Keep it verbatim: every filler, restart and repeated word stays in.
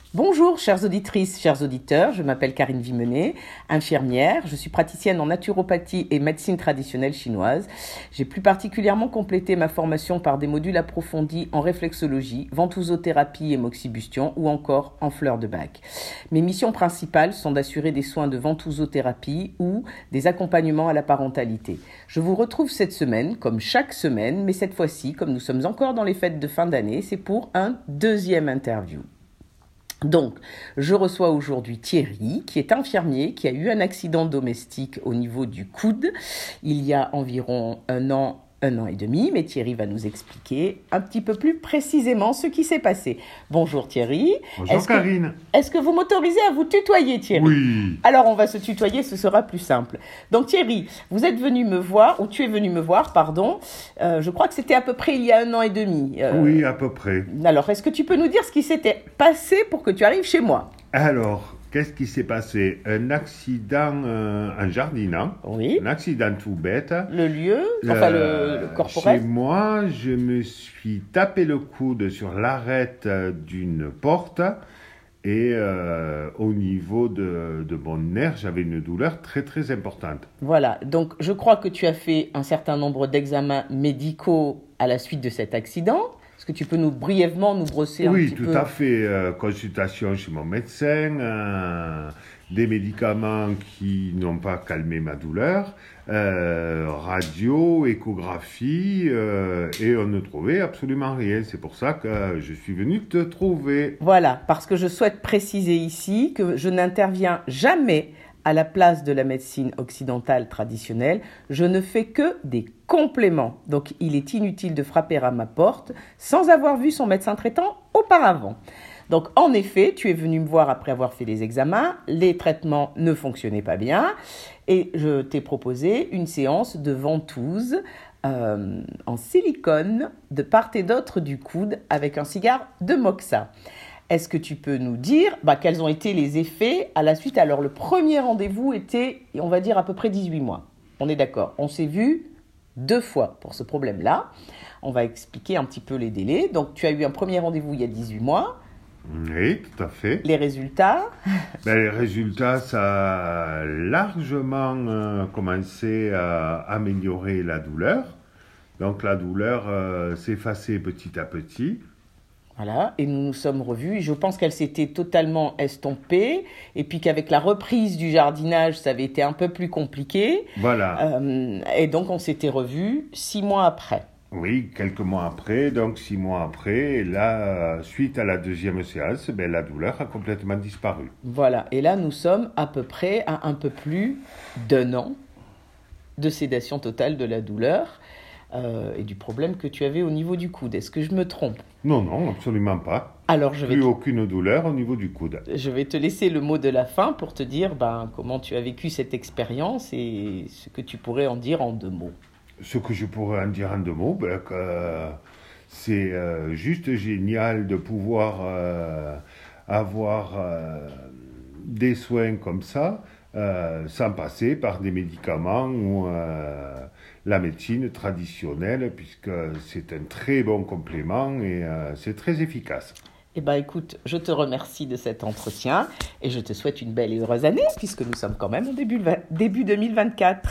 Bonjour, chères auditrices, chers auditeurs, je m'appelle Karine Vimenet, infirmière, je suis praticienne en naturopathie et médecine traditionnelle chinoise. J'ai plus particulièrement complété ma formation par des modules approfondis en réflexologie, ventousothérapie et moxibustion ou encore en fleurs de bac. Mes missions principales sont d'assurer des soins de ventousothérapie ou des accompagnements à la parentalité. Je vous retrouve cette semaine, comme chaque semaine, mais cette fois-ci, comme nous sommes encore dans les fêtes de fin d'année, c'est pour un deuxième interview. Donc, je reçois aujourd'hui Thierry, qui est infirmier, qui a eu un accident domestique au niveau du coude il y a environ un an, un an et demi, mais Thierry va nous expliquer un petit peu plus précisément ce qui s'est passé. Bonjour Thierry. Bonjour est-ce Karine. Que, est-ce que vous m'autorisez à vous tutoyer Thierry? Oui. Alors on va se tutoyer, ce sera plus simple. Donc Thierry, vous êtes venu me voir, ou tu es venu me voir, pardon, euh, je crois que c'était à peu près il y a un an et demi. Euh... Oui, à peu près. Alors, est-ce que tu peux nous dire ce qui s'était passé pour que tu arrives chez moi? Alors, qu'est-ce qui s'est passé? Un accident euh, en jardinant. Oui. Un accident tout bête. Le lieu, enfin euh, le, le corporel. Chez moi, je me suis tapé le coude sur l'arête d'une porte et euh, au niveau de, de mon nerf, j'avais une douleur très très importante. Voilà, donc je crois que tu as fait un certain nombre d'examens médicaux à la suite de cet accident. Est-ce que tu peux nous brièvement nous brosser un oui, petit peu? Oui, tout à fait. Euh, consultation chez mon médecin, euh, des médicaments qui n'ont pas calmé ma douleur, euh, radio, échographie, euh, et on ne trouvait absolument rien. C'est pour ça que je suis venu te trouver. Voilà, parce que je souhaite préciser ici que je n'interviens jamais à la place de la médecine occidentale traditionnelle, je ne fais que des compléments. Donc, il est inutile de frapper à ma porte sans avoir vu son médecin traitant auparavant. Donc, en effet, tu es venu me voir après avoir fait les examens, les traitements ne fonctionnaient pas bien et je t'ai proposé une séance de ventouse euh, en silicone de part et d'autre du coude avec un cigare de Moxa. Est-ce que tu peux nous dire bah, quels ont été les effets à la suite? Alors, le premier rendez-vous était, on va dire, à peu près dix-huit mois. On est d'accord. On s'est vu deux fois pour ce problème-là. On va expliquer un petit peu les délais. Donc, tu as eu un premier rendez-vous il y a dix-huit mois. Oui, tout à fait. Les résultats? Ben, les résultats, ça a largement euh, commencé à améliorer la douleur. Donc, la douleur euh, s'effaçait petit à petit. Voilà, et nous nous sommes revus, et je pense qu'elle s'était totalement estompée, et puis qu'avec la reprise du jardinage, ça avait été un peu plus compliqué. Voilà. Euh, et donc, on s'était revus six mois après. Oui, quelques mois après, donc six mois après, et là, suite à la deuxième séance, ben, la douleur a complètement disparu. Voilà, et là, nous sommes à peu près à un peu plus d'un an de sédation totale de la douleur. Euh, et du problème que tu avais au niveau du coude. Est-ce que je me trompe? Non, non, absolument pas. Alors, je vais Plus te... aucune douleur au niveau du coude. Je vais te laisser le mot de la fin pour te dire ben, comment tu as vécu cette expérience et ce que tu pourrais en dire en deux mots. Ce que je pourrais en dire en deux mots, ben, que c'est euh, juste génial de pouvoir euh, avoir euh, des soins comme ça, euh, sans passer par des médicaments ou euh, la médecine traditionnelle, puisque c'est un très bon complément et euh, c'est très efficace. Eh bien, écoute, je te remercie de cet entretien et je te souhaite une belle et heureuse année, puisque nous sommes quand même au début, début deux mille vingt-quatre.